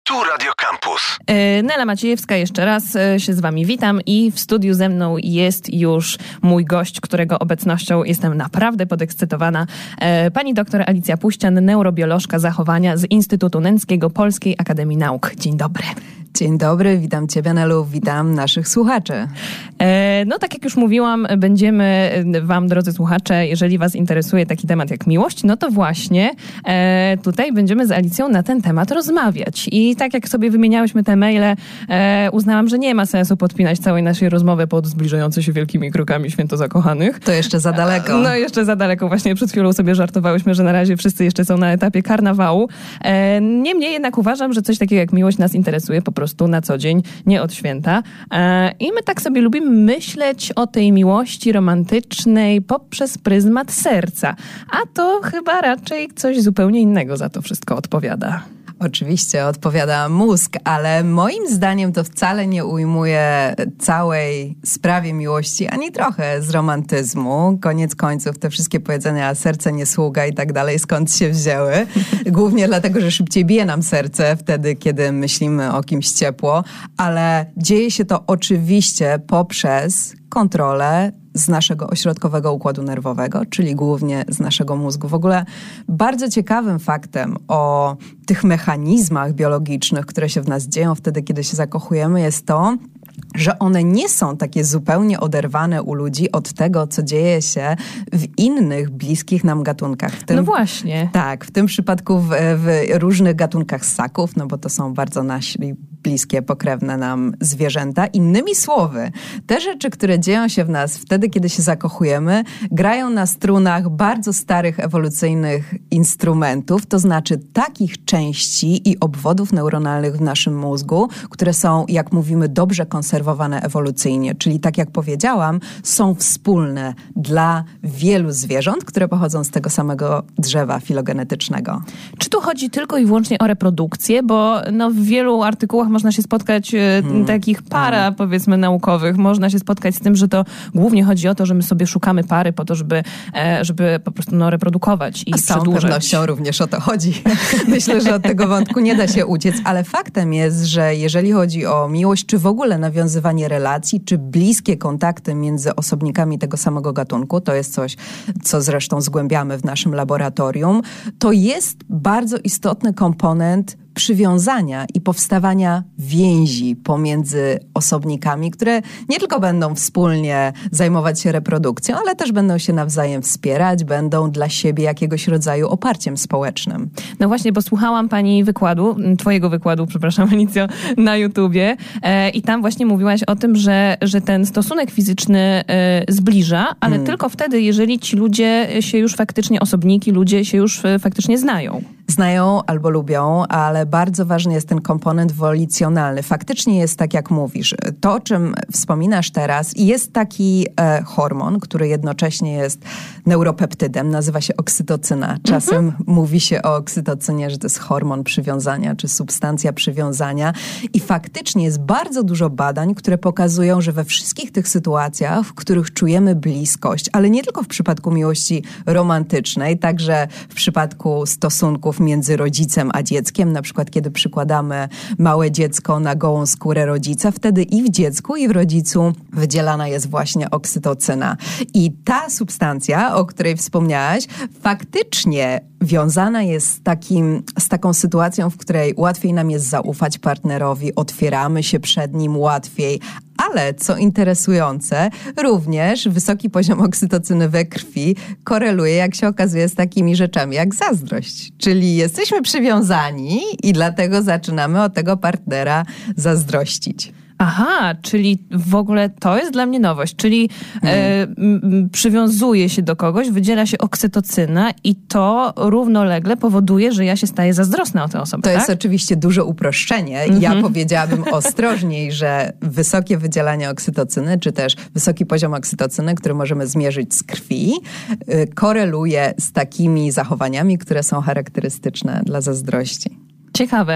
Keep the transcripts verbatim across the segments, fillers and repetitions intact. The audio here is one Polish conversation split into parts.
Tu Radio Campus. Nela Maciejewska, jeszcze raz się z wami witam i w studiu ze mną jest już mój gość, którego obecnością jestem naprawdę podekscytowana. Pani doktor Alicja Puścian, neurobiolożka zachowania z Instytutu Nęckiego Polskiej Akademii Nauk. Dzień dobry. Dzień dobry, witam Ciebie, Nelu, witam naszych słuchaczy. E, no tak jak już mówiłam, będziemy wam, drodzy słuchacze, jeżeli was interesuje taki temat jak miłość, no to właśnie e, tutaj będziemy z Alicją na ten temat rozmawiać. I tak jak sobie wymieniałyśmy te maile, e, uznałam, że nie ma sensu podpinać całej naszej rozmowy pod zbliżające się wielkimi krokami święto zakochanych. To jeszcze za daleko. No jeszcze za daleko. Właśnie przed chwilą sobie żartowałyśmy, że na razie wszyscy jeszcze są na etapie karnawału. E, niemniej jednak uważam, że coś takiego jak miłość nas interesuje po prostu prostu na co dzień, nie od święta. I my tak sobie lubimy myśleć o tej miłości romantycznej poprzez pryzmat serca. A to chyba raczej coś zupełnie innego za to wszystko odpowiada. Oczywiście odpowiada mózg, ale moim zdaniem to wcale nie ujmuje całej sprawie miłości, ani trochę z romantyzmu. Koniec końców te wszystkie powiedzenia serce nie sługa i tak dalej, skąd się wzięły. Głównie dlatego, że szybciej bije nam serce wtedy, kiedy myślimy o kimś ciepło, ale dzieje się to oczywiście poprzez kontrolę z naszego ośrodkowego układu nerwowego, czyli głównie z naszego mózgu. W ogóle bardzo ciekawym faktem o tych mechanizmach biologicznych, które się w nas dzieją wtedy, kiedy się zakochujemy, jest to, że one nie są takie zupełnie oderwane u ludzi od tego, co dzieje się w innych bliskich nam gatunkach. W tym, no właśnie. Tak, w tym przypadku w, w różnych gatunkach ssaków, no bo to są bardzo nasi bliskie, pokrewne nam zwierzęta. Innymi słowy, te rzeczy, które dzieją się w nas wtedy, kiedy się zakochujemy, grają na strunach bardzo starych ewolucyjnych instrumentów, to znaczy takich części i obwodów neuronalnych w naszym mózgu, które są, jak mówimy, dobrze konserwowane ewolucyjnie. Czyli tak jak powiedziałam, są wspólne dla wielu zwierząt, które pochodzą z tego samego drzewa filogenetycznego. Czy tu chodzi tylko i wyłącznie o reprodukcję? Bo no, w wielu artykułach można się spotkać hmm. takich para, hmm. powiedzmy, naukowych. Można się spotkać z tym, że to głównie chodzi o to, że my sobie szukamy pary po to, żeby, żeby po prostu no, reprodukować i A z całą przedłużać. pewnością również o to chodzi. Myślę, że od tego wątku nie da się uciec, ale faktem jest, że jeżeli chodzi o miłość, czy w ogóle nawiązywanie relacji, czy bliskie kontakty między osobnikami tego samego gatunku, to jest coś, co zresztą zgłębiamy w naszym laboratorium, to jest bardzo istotny komponent przywiązania i powstawania więzi pomiędzy osobnikami, które nie tylko będą wspólnie zajmować się reprodukcją, ale też będą się nawzajem wspierać, będą dla siebie jakiegoś rodzaju oparciem społecznym. No właśnie, bo słuchałam pani wykładu, twojego wykładu, przepraszam, Alicjo, na YouTubie e, i tam właśnie mówiłaś o tym, że, że ten stosunek fizyczny e, zbliża, ale hmm. tylko wtedy, jeżeli ci ludzie się już faktycznie, osobniki, ludzie się już e, faktycznie znają. Znają albo lubią, ale bardzo ważny jest ten komponent wolicjonalny. Faktycznie jest tak, jak mówisz. To, o czym wspominasz teraz, jest taki e, hormon, który jednocześnie jest neuropeptydem, nazywa się oksytocyna. Czasem mhm. mówi się o oksytocynie, że to jest hormon przywiązania, czy substancja przywiązania. I faktycznie jest bardzo dużo badań, które pokazują, że we wszystkich tych sytuacjach, w których czujemy bliskość, ale nie tylko w przypadku miłości romantycznej, także w przypadku stosunków między rodzicem a dzieckiem, na przykład kiedy przykładamy małe dziecko na gołą skórę rodzica, wtedy i w dziecku, i w rodzicu wydzielana jest właśnie oksytocyna. I ta substancja, o której wspomniałaś, faktycznie wiązana jest z, takim, z taką sytuacją, w której łatwiej nam jest zaufać partnerowi, otwieramy się przed nim łatwiej, ale co interesujące, również wysoki poziom oksytocyny we krwi koreluje, jak się okazuje, z takimi rzeczami jak zazdrość. Czyli jesteśmy przywiązani i dlatego zaczynamy od tego partnera zazdrościć. Aha, czyli w ogóle to jest dla mnie nowość, czyli mm. e, m, przywiązuje się do kogoś, wydziela się oksytocyna i to równolegle powoduje, że ja się staję zazdrosna o tę osobę, To tak? jest oczywiście duże uproszczenie. Mm-hmm. Ja powiedziałabym ostrożniej, że wysokie wydzielanie oksytocyny, czy też wysoki poziom oksytocyny, który możemy zmierzyć z krwi, y, koreluje z takimi zachowaniami, które są charakterystyczne dla zazdrości. Ciekawe.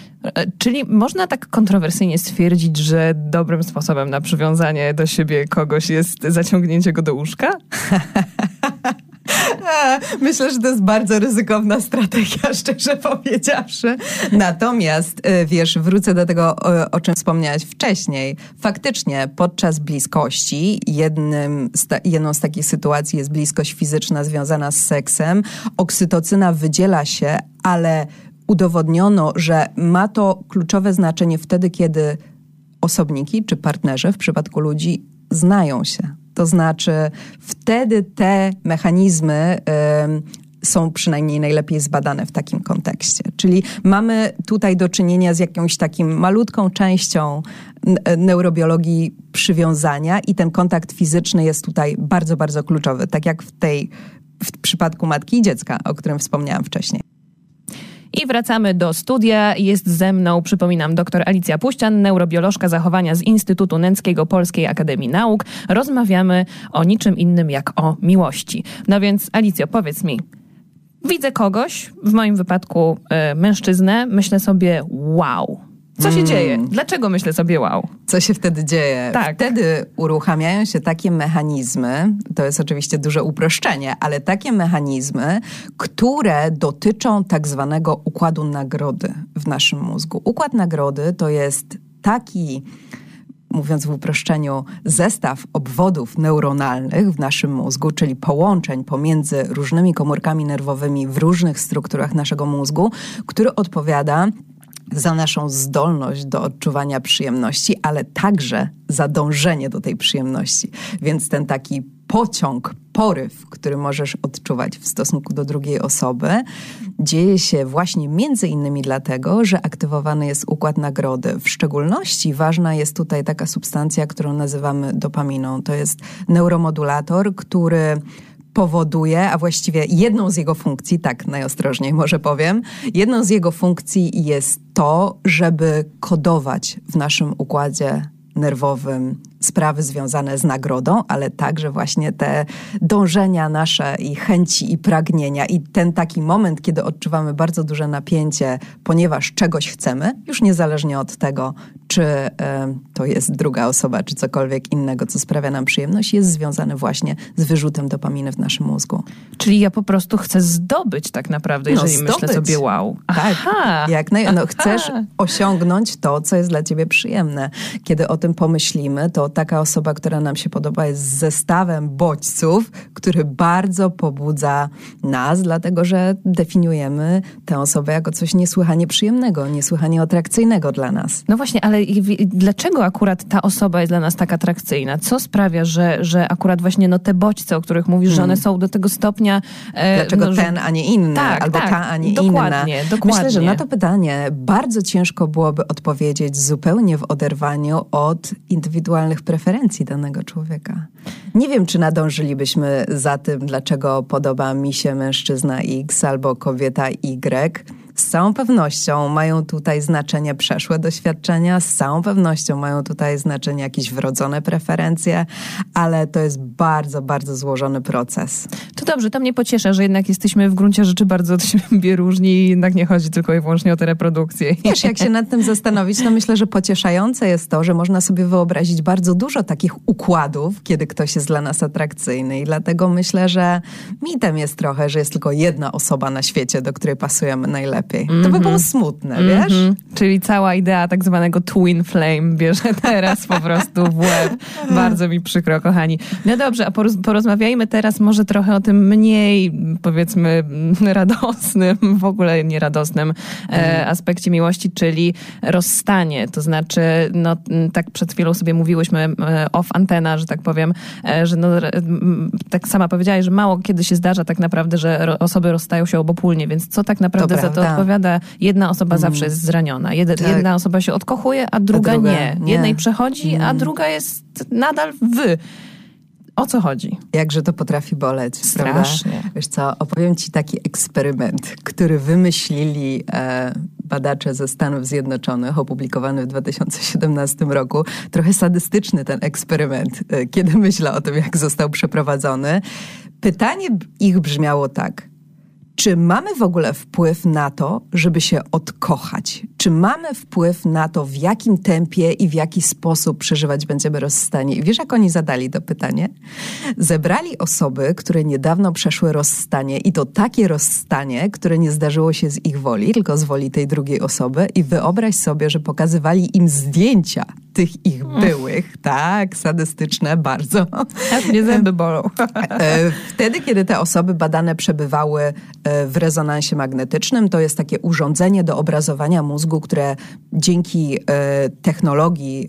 Czyli można tak kontrowersyjnie stwierdzić, że dobrym sposobem na przywiązanie do siebie kogoś jest zaciągnięcie go do łóżka? Myślę, że to jest bardzo ryzykowna strategia, szczerze powiedziawszy. Natomiast, wiesz, wrócę do tego, o czym wspomniałaś wcześniej. Faktycznie podczas bliskości jednym z ta, jedną z takich sytuacji jest bliskość fizyczna związana z seksem. Oksytocyna wydziela się, ale udowodniono, że ma to kluczowe znaczenie wtedy, kiedy osobniki czy partnerzy w przypadku ludzi znają się. To znaczy wtedy te mechanizmy y, są przynajmniej najlepiej zbadane w takim kontekście. Czyli mamy tutaj do czynienia z jakąś takim malutką częścią neurobiologii przywiązania i ten kontakt fizyczny jest tutaj bardzo, bardzo kluczowy. Tak jak w tej, w przypadku matki i dziecka, o którym wspomniałam wcześniej. I wracamy do studia. Jest ze mną, przypominam, dr Alicja Puścian, neurobiolożka zachowania z Instytutu Nęckiego Polskiej Akademii Nauk. Rozmawiamy o niczym innym jak o miłości. No więc, Alicjo, powiedz mi, widzę kogoś, w moim wypadku y, mężczyznę, myślę sobie wow. Co się mm. dzieje? Dlaczego myślę sobie wow? Co się wtedy dzieje? Tak. Wtedy uruchamiają się takie mechanizmy, to jest oczywiście duże uproszczenie, ale takie mechanizmy, które dotyczą tak zwanego układu nagrody w naszym mózgu. Układ nagrody to jest taki, mówiąc w uproszczeniu, zestaw obwodów neuronalnych w naszym mózgu, czyli połączeń pomiędzy różnymi komórkami nerwowymi w różnych strukturach naszego mózgu, który odpowiada za naszą zdolność do odczuwania przyjemności, ale także za dążenie do tej przyjemności. Więc ten taki pociąg, poryw, który możesz odczuwać w stosunku do drugiej osoby, dzieje się właśnie między innymi dlatego, że aktywowany jest układ nagrody. W szczególności ważna jest tutaj taka substancja, którą nazywamy dopaminą. To jest neuromodulator, który powoduje, a właściwie jedną z jego funkcji, tak najostrożniej może powiem, jedną z jego funkcji jest to, żeby kodować w naszym układzie nerwowym sprawy związane z nagrodą, ale także właśnie te dążenia nasze i chęci i pragnienia i ten taki moment, kiedy odczuwamy bardzo duże napięcie, ponieważ czegoś chcemy, już niezależnie od tego, czy y, to jest druga osoba, czy cokolwiek innego, co sprawia nam przyjemność, jest związany właśnie z wyrzutem dopaminy w naszym mózgu. Czyli ja po prostu chcę zdobyć tak naprawdę, jeżeli no, myślę sobie wow. Tak, Aha. jak naj... no, chcesz osiągnąć to, co jest dla ciebie przyjemne. Kiedy o tym pomyślimy, to taka osoba, która nam się podoba, jest zestawem bodźców, który bardzo pobudza nas, dlatego że definiujemy tę osobę jako coś niesłychanie przyjemnego, niesłychanie atrakcyjnego dla nas. No właśnie, ale dlaczego akurat ta osoba jest dla nas tak atrakcyjna? Co sprawia, że, że akurat właśnie no, te bodźce, o których mówisz, hmm. że one są do tego stopnia... E, Dlaczego no, ten, a nie inny? Tak, albo tak, ta, a nie dokładnie, inna? Dokładnie. Myślę, że na to pytanie bardzo ciężko byłoby odpowiedzieć zupełnie w oderwaniu od indywidualnych preferencji danego człowieka. Nie wiem, czy nadążylibyśmy za tym, dlaczego podoba mi się mężczyzna X albo kobieta Y. Z całą pewnością mają tutaj znaczenie przeszłe doświadczenia, z całą pewnością mają tutaj znaczenie jakieś wrodzone preferencje, ale to jest bardzo, bardzo złożony proces. To dobrze, to mnie pociesza, że jednak jesteśmy w gruncie rzeczy bardzo od siebie różni i jednak nie chodzi tylko i wyłącznie o tę reprodukcję. Wiesz, jak się nad tym zastanowić, to myślę, że pocieszające jest to, że można sobie wyobrazić bardzo dużo takich układów, kiedy ktoś jest dla nas atrakcyjny i dlatego myślę, że mitem jest trochę, że jest tylko jedna osoba na świecie, do której pasujemy najlepiej. Mm-hmm. To by było smutne, mm-hmm. wiesz? Czyli cała idea tak zwanego twin flame bierze teraz po prostu w łeb. Bardzo mi przykro, kochani. No dobrze, a poroz- porozmawiajmy teraz może trochę o tym mniej, powiedzmy, radosnym, w ogóle nieradosnym e, aspekcie miłości, czyli rozstanie. To znaczy, no tak przed chwilą sobie mówiłyśmy e, off antena, że tak powiem, e, że no, e, tak sama powiedziałaś, że mało kiedy się zdarza tak naprawdę, że ro- osoby rozstają się obopólnie, więc co tak naprawdę to za to odpowiada? Jedna osoba mm. zawsze jest zraniona. Jed- tak. Jedna osoba się odkochuje, a druga, a druga nie. nie. Jednej przechodzi, mm. a druga jest nadal w... O co chodzi? Jakże to potrafi boleć, strasznie. Prawda? Wiesz co, opowiem ci taki eksperyment, który wymyślili e, badacze ze Stanów Zjednoczonych, opublikowany w dwa tysiące siedemnastym roku. Trochę sadystyczny ten eksperyment, e, kiedy myślę o tym, jak został przeprowadzony. Pytanie ich brzmiało tak. Czy mamy w ogóle wpływ na to, żeby się odkochać? Czy mamy wpływ na to, w jakim tempie i w jaki sposób przeżywać będziemy rozstanie? I wiesz, jak oni zadali to pytanie? Zebrali osoby, które niedawno przeszły rozstanie i to takie rozstanie, które nie zdarzyło się z ich woli, tylko z woli tej drugiej osoby i wyobraź sobie, że pokazywali im zdjęcia tych ich byłych, tak, sadystyczne bardzo. Aż mnie zęby bolą. Wtedy, kiedy te osoby badane przebywały w rezonansie magnetycznym, to jest takie urządzenie do obrazowania mózgu, które dzięki technologii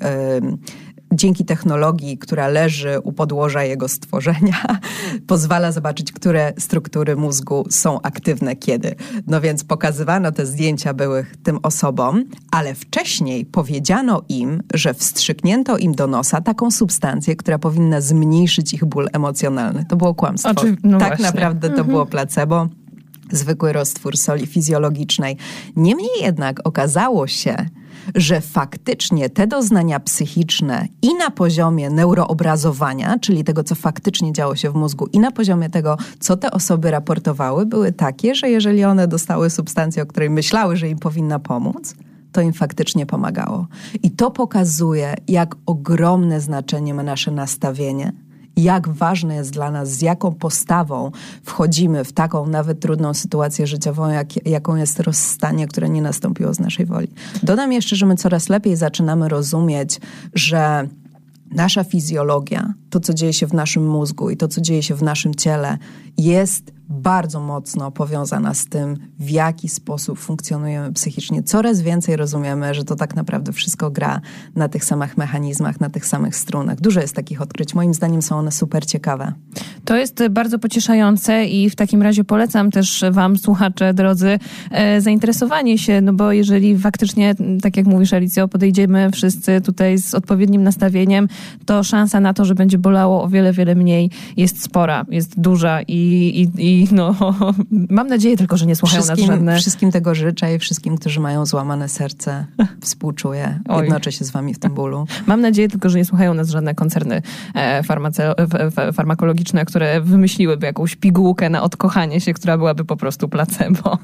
Dzięki technologii, która leży u podłoża jego stworzenia, pozwala zobaczyć, które struktury mózgu są aktywne kiedy. No więc pokazywano te zdjęcia byłych tym osobom, ale wcześniej powiedziano im, że wstrzyknięto im do nosa taką substancję, która powinna zmniejszyć ich ból emocjonalny. To było kłamstwo. Oczy... No tak właśnie. naprawdę to mhm. było placebo. Zwykły roztwór soli fizjologicznej. Niemniej jednak okazało się, że faktycznie te doznania psychiczne i na poziomie neuroobrazowania, czyli tego, co faktycznie działo się w mózgu, i na poziomie tego, co te osoby raportowały, były takie, że jeżeli one dostały substancję, o której myślały, że im powinna pomóc, to im faktycznie pomagało. I to pokazuje, jak ogromne znaczenie ma nasze nastawienie, jak ważne jest dla nas, z jaką postawą wchodzimy w taką nawet trudną sytuację życiową, jak, jaką jest rozstanie, które nie nastąpiło z naszej woli. Dodam jeszcze, że my coraz lepiej zaczynamy rozumieć, że nasza fizjologia, to co dzieje się w naszym mózgu i to co dzieje się w naszym ciele, jest bardzo mocno powiązana z tym, w jaki sposób funkcjonujemy psychicznie. Coraz więcej rozumiemy, że to tak naprawdę wszystko gra na tych samych mechanizmach, na tych samych strunach. Dużo jest takich odkryć. Moim zdaniem są one super ciekawe. To jest bardzo pocieszające i w takim razie polecam też wam, słuchacze drodzy, e, zainteresowanie się, no bo jeżeli faktycznie, tak jak mówisz, Alicjo, podejdziemy wszyscy tutaj z odpowiednim nastawieniem, to szansa na to, że będzie bolało o wiele, wiele mniej jest spora, jest duża i, i, i no, mam nadzieję tylko, że nie słuchają wszystkim, nas żadne... Wszystkim tego życzę i wszystkim, którzy mają złamane serce, współczuję. Jednoczę się z wami w tym bólu. Mam nadzieję tylko, że nie słuchają nas żadne koncerny e, farmace, e, farmakologiczne, które wymyśliłyby jakąś pigułkę na odkochanie się, która byłaby po prostu placebo.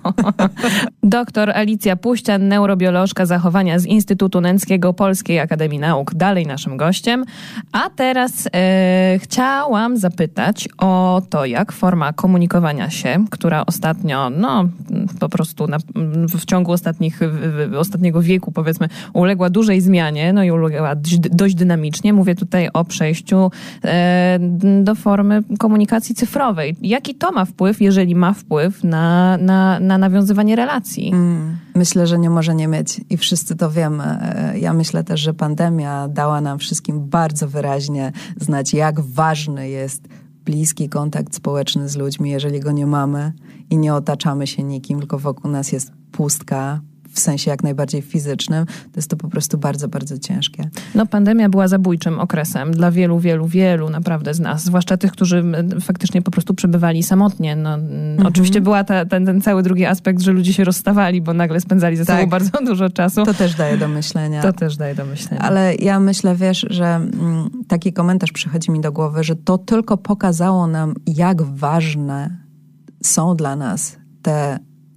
Doktor Alicja Puścian, neurobiolożka zachowania z Instytutu Nęckiego Polskiej Akademii Nauk, dalej naszym gościem. A teraz e, chciałam zapytać o to, jak forma komunikowania się, która ostatnio, no po prostu na, w ciągu ostatnich, w, w, ostatniego wieku, powiedzmy, uległa dużej zmianie, no i uległa dość, dość dynamicznie. Mówię tutaj o przejściu e, do formy komunikacji cyfrowej. Jaki to ma wpływ, jeżeli ma wpływ na, na, na nawiązywanie relacji? Mm, myślę, że nie może nie mieć i wszyscy to wiemy. Ja myślę też, że pandemia dała nam wszystkim bardzo wyraźnie znać, jak ważny jest bliski kontakt społeczny z ludźmi, jeżeli go nie mamy i nie otaczamy się nikim, tylko wokół nas jest pustka, w sensie jak najbardziej fizycznym, to jest to po prostu bardzo, bardzo ciężkie. No pandemia była zabójczym okresem dla wielu, wielu, wielu naprawdę z nas, zwłaszcza tych, którzy faktycznie po prostu przebywali samotnie. No, mhm. Oczywiście była ta, ten, ten cały drugi aspekt, że ludzie się rozstawali, bo nagle spędzali ze sobą tak. bardzo dużo czasu. To też daje do myślenia. To też daje do myślenia. Ale ja myślę, wiesz, że mm, taki komentarz przychodzi mi do głowy, że to tylko pokazało nam, jak ważne są dla nas te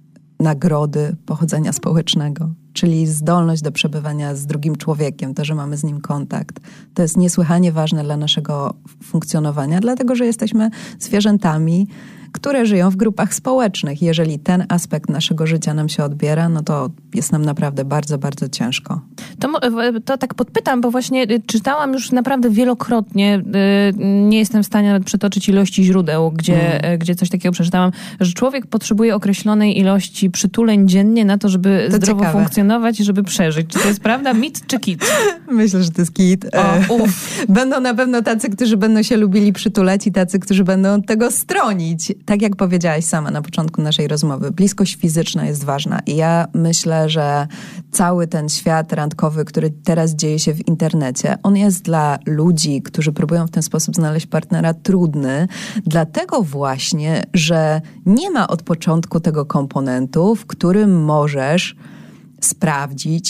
nagrody pochodzenia społecznego, czyli zdolność do przebywania z drugim człowiekiem, to, że mamy z nim kontakt. To jest niesłychanie ważne dla naszego funkcjonowania, dlatego że jesteśmy zwierzętami, które żyją w grupach społecznych. Jeżeli ten aspekt naszego życia nam się odbiera, no to jest nam naprawdę bardzo, bardzo ciężko. To, to tak podpytam, bo właśnie czytałam już naprawdę wielokrotnie, nie jestem w stanie nawet przytoczyć ilości źródeł, gdzie, mm. gdzie coś takiego przeczytałam, że człowiek potrzebuje określonej ilości przytuleń dziennie na to, żeby to zdrowo ciekawe. funkcjonować i żeby przeżyć. Czy to jest prawda? Mit czy kit? Myślę, że to jest kit. O, uf. Będą na pewno tacy, którzy będą się lubili przytulać i tacy, którzy będą od tego stronić. Tak jak powiedziałaś sama na początku naszej rozmowy, bliskość fizyczna jest ważna i ja myślę, że cały ten świat randkowy, który teraz dzieje się w internecie, on jest dla ludzi, którzy próbują w ten sposób znaleźć partnera, trudny, dlatego właśnie, że nie ma od początku tego komponentu, w którym możesz sprawdzić,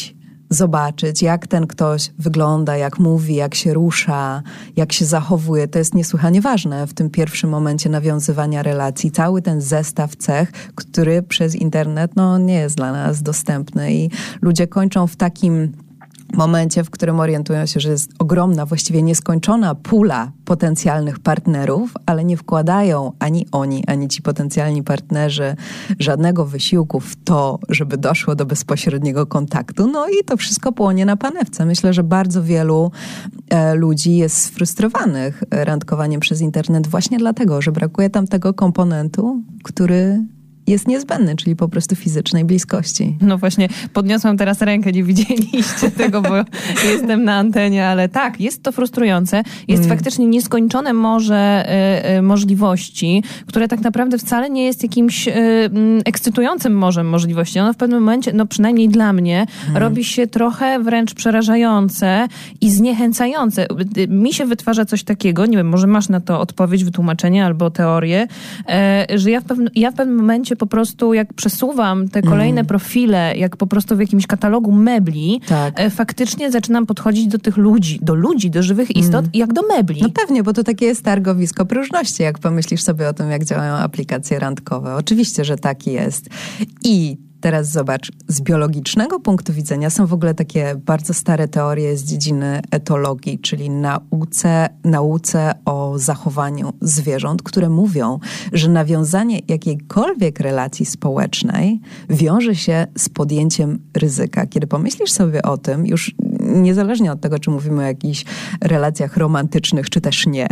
zobaczyć, jak ten ktoś wygląda, jak mówi, jak się rusza, jak się zachowuje. To jest niesłychanie ważne w tym pierwszym momencie nawiązywania relacji. Cały ten zestaw cech, który przez internet no, nie jest dla nas dostępny i ludzie kończą w takim momencie, w którym orientują się, że jest ogromna, właściwie nieskończona pula potencjalnych partnerów, ale nie wkładają ani oni, ani ci potencjalni partnerzy żadnego wysiłku w to, żeby doszło do bezpośredniego kontaktu. No i to wszystko płonie na panewce. Myślę, że bardzo wielu e, ludzi jest sfrustrowanych randkowaniem przez internet właśnie dlatego, że brakuje tam tego komponentu, który jest niezbędny, czyli po prostu fizycznej bliskości. No właśnie, podniosłam teraz rękę, nie widzieliście tego, bo jestem na antenie, ale tak, jest to frustrujące. Jest mm. faktycznie nieskończone morze y, y, możliwości, które tak naprawdę wcale nie jest jakimś y, y, ekscytującym morzem możliwości. Ono w pewnym momencie, no przynajmniej dla mnie, mm. robi się trochę wręcz przerażające i zniechęcające. Mi się wytwarza coś takiego, nie wiem, może masz na to odpowiedź, wytłumaczenie albo teorię, y, że ja w, pewnym, ja w pewnym momencie po prostu jak przesuwam te kolejne mm. profile, jak po prostu w jakimś katalogu mebli, tak. e, faktycznie zaczynam podchodzić do tych ludzi, do ludzi, do żywych istot, mm. jak do mebli. No pewnie, bo to takie jest targowisko próżności, jak pomyślisz sobie o tym, jak działają aplikacje randkowe. Oczywiście, że tak jest. I teraz zobacz, z biologicznego punktu widzenia są w ogóle takie bardzo stare teorie z dziedziny etologii, czyli nauce, nauce o zachowaniu zwierząt, które mówią, że nawiązanie jakiejkolwiek relacji społecznej wiąże się z podjęciem ryzyka. Kiedy pomyślisz sobie o tym, już niezależnie od tego, czy mówimy o jakichś relacjach romantycznych, czy też nie,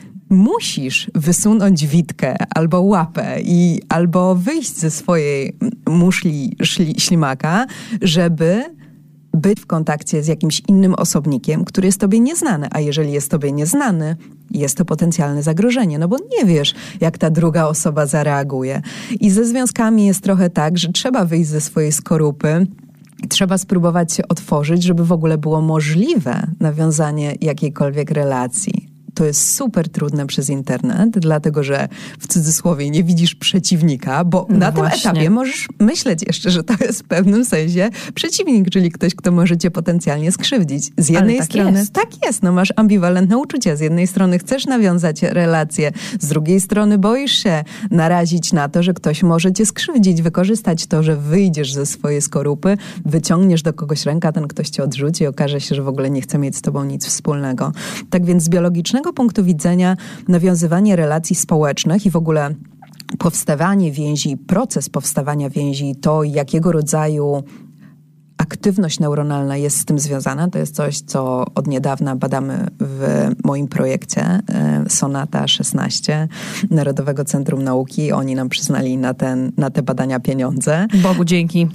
musisz wysunąć witkę albo łapę i albo wyjść ze swojej muszli szli, ślimaka, żeby być w kontakcie z jakimś innym osobnikiem, który jest tobie nieznany. A jeżeli jest tobie nieznany, jest to potencjalne zagrożenie, no bo nie wiesz, jak ta druga osoba zareaguje. I ze związkami jest trochę tak, że trzeba wyjść ze swojej skorupy, trzeba spróbować się otworzyć, żeby w ogóle było możliwe nawiązanie jakiejkolwiek relacji. To jest super trudne przez internet, dlatego że w cudzysłowie nie widzisz przeciwnika, bo no na właśnie. tym etapie możesz myśleć jeszcze, że to jest w pewnym sensie przeciwnik, czyli ktoś, kto może cię potencjalnie skrzywdzić. Z jednej tak strony jest. tak jest, no masz ambiwalentne uczucia. Z jednej strony chcesz nawiązać relację, z drugiej strony boisz się narazić na to, że ktoś może cię skrzywdzić, wykorzystać to, że wyjdziesz ze swojej skorupy, wyciągniesz do kogoś rękę, a ten ktoś cię odrzuci i okaże się, że w ogóle nie chce mieć z tobą nic wspólnego. Tak więc z biologicznego punktu widzenia nawiązywanie relacji społecznych i w ogóle powstawanie więzi, proces powstawania więzi, to jakiego rodzaju aktywność neuronalna jest z tym związana. To jest coś, co od niedawna badamy w moim projekcie Sonata szesnaście Narodowego Centrum Nauki. Oni nam przyznali na, ten, na te badania pieniądze. Bogu dzięki.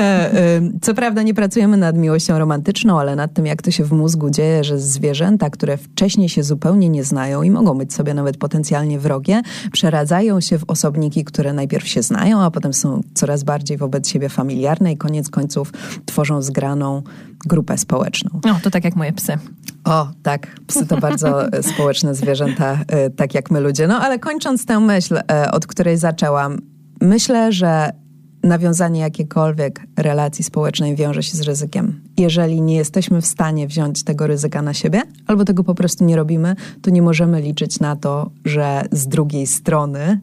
Co prawda nie pracujemy nad miłością romantyczną, ale nad tym, jak to się w mózgu dzieje, że zwierzęta, które wcześniej się zupełnie nie znają i mogą być sobie nawet potencjalnie wrogie, przeradzają się w osobniki, które najpierw się znają, a potem są coraz bardziej wobec siebie familiarne i koniec końców tworzą zgraną grupę społeczną. O, to tak jak moje psy. O, tak. Psy to bardzo społeczne zwierzęta, tak jak my ludzie. No, ale kończąc tę myśl, od której zaczęłam, myślę, że nawiązanie jakiejkolwiek relacji społecznej wiąże się z ryzykiem. Jeżeli nie jesteśmy w stanie wziąć tego ryzyka na siebie, albo tego po prostu nie robimy, to nie możemy liczyć na to, że z drugiej strony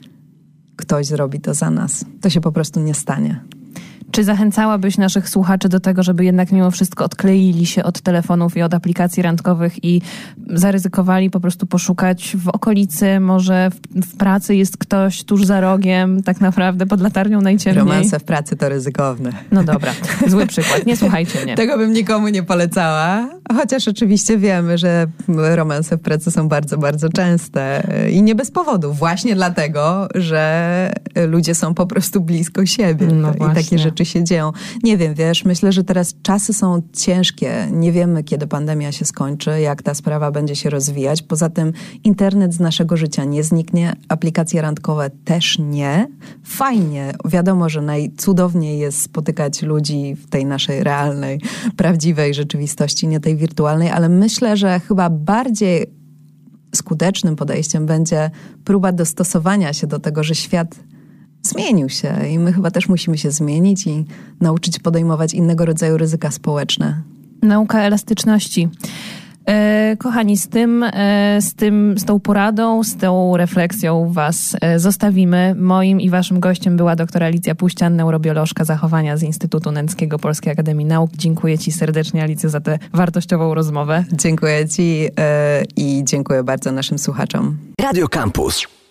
ktoś zrobi to za nas. To się po prostu nie stanie. Czy zachęcałabyś naszych słuchaczy do tego, żeby jednak mimo wszystko odkleili się od telefonów i od aplikacji randkowych i zaryzykowali po prostu poszukać w okolicy, może w, w pracy jest ktoś tuż za rogiem, tak naprawdę pod latarnią najciemniej? Romanse w pracy to ryzykowne. No dobra, zły przykład, nie słuchajcie mnie. Tego bym nikomu nie polecała, chociaż oczywiście wiemy, że romanse w pracy są bardzo, bardzo częste i nie bez powodu. Właśnie dlatego, że ludzie są po prostu blisko siebie no i takie rzeczy się dzieją. Nie wiem, wiesz, myślę, że teraz czasy są ciężkie. Nie wiemy, kiedy pandemia się skończy, jak ta sprawa będzie się rozwijać. Poza tym internet z naszego życia nie zniknie, aplikacje randkowe też nie. Fajnie. Wiadomo, że najcudowniej jest spotykać ludzi w tej naszej realnej, prawdziwej rzeczywistości, nie tej wirtualnej, ale myślę, że chyba bardziej skutecznym podejściem będzie próba dostosowania się do tego, że świat zmienił się i my chyba też musimy się zmienić i nauczyć podejmować innego rodzaju ryzyka społeczne. Nauka elastyczności. E, kochani, z tym, e, z tym, z tą poradą, z tą refleksją was e, zostawimy. Moim i waszym gościem była doktor Alicja Puścian, neurobiolożka zachowania z Instytutu Nęckiego Polskiej Akademii Nauk. Dziękuję ci serdecznie, Alicjo, za tę wartościową rozmowę. Dziękuję ci e, i dziękuję bardzo naszym słuchaczom. Radio Campus.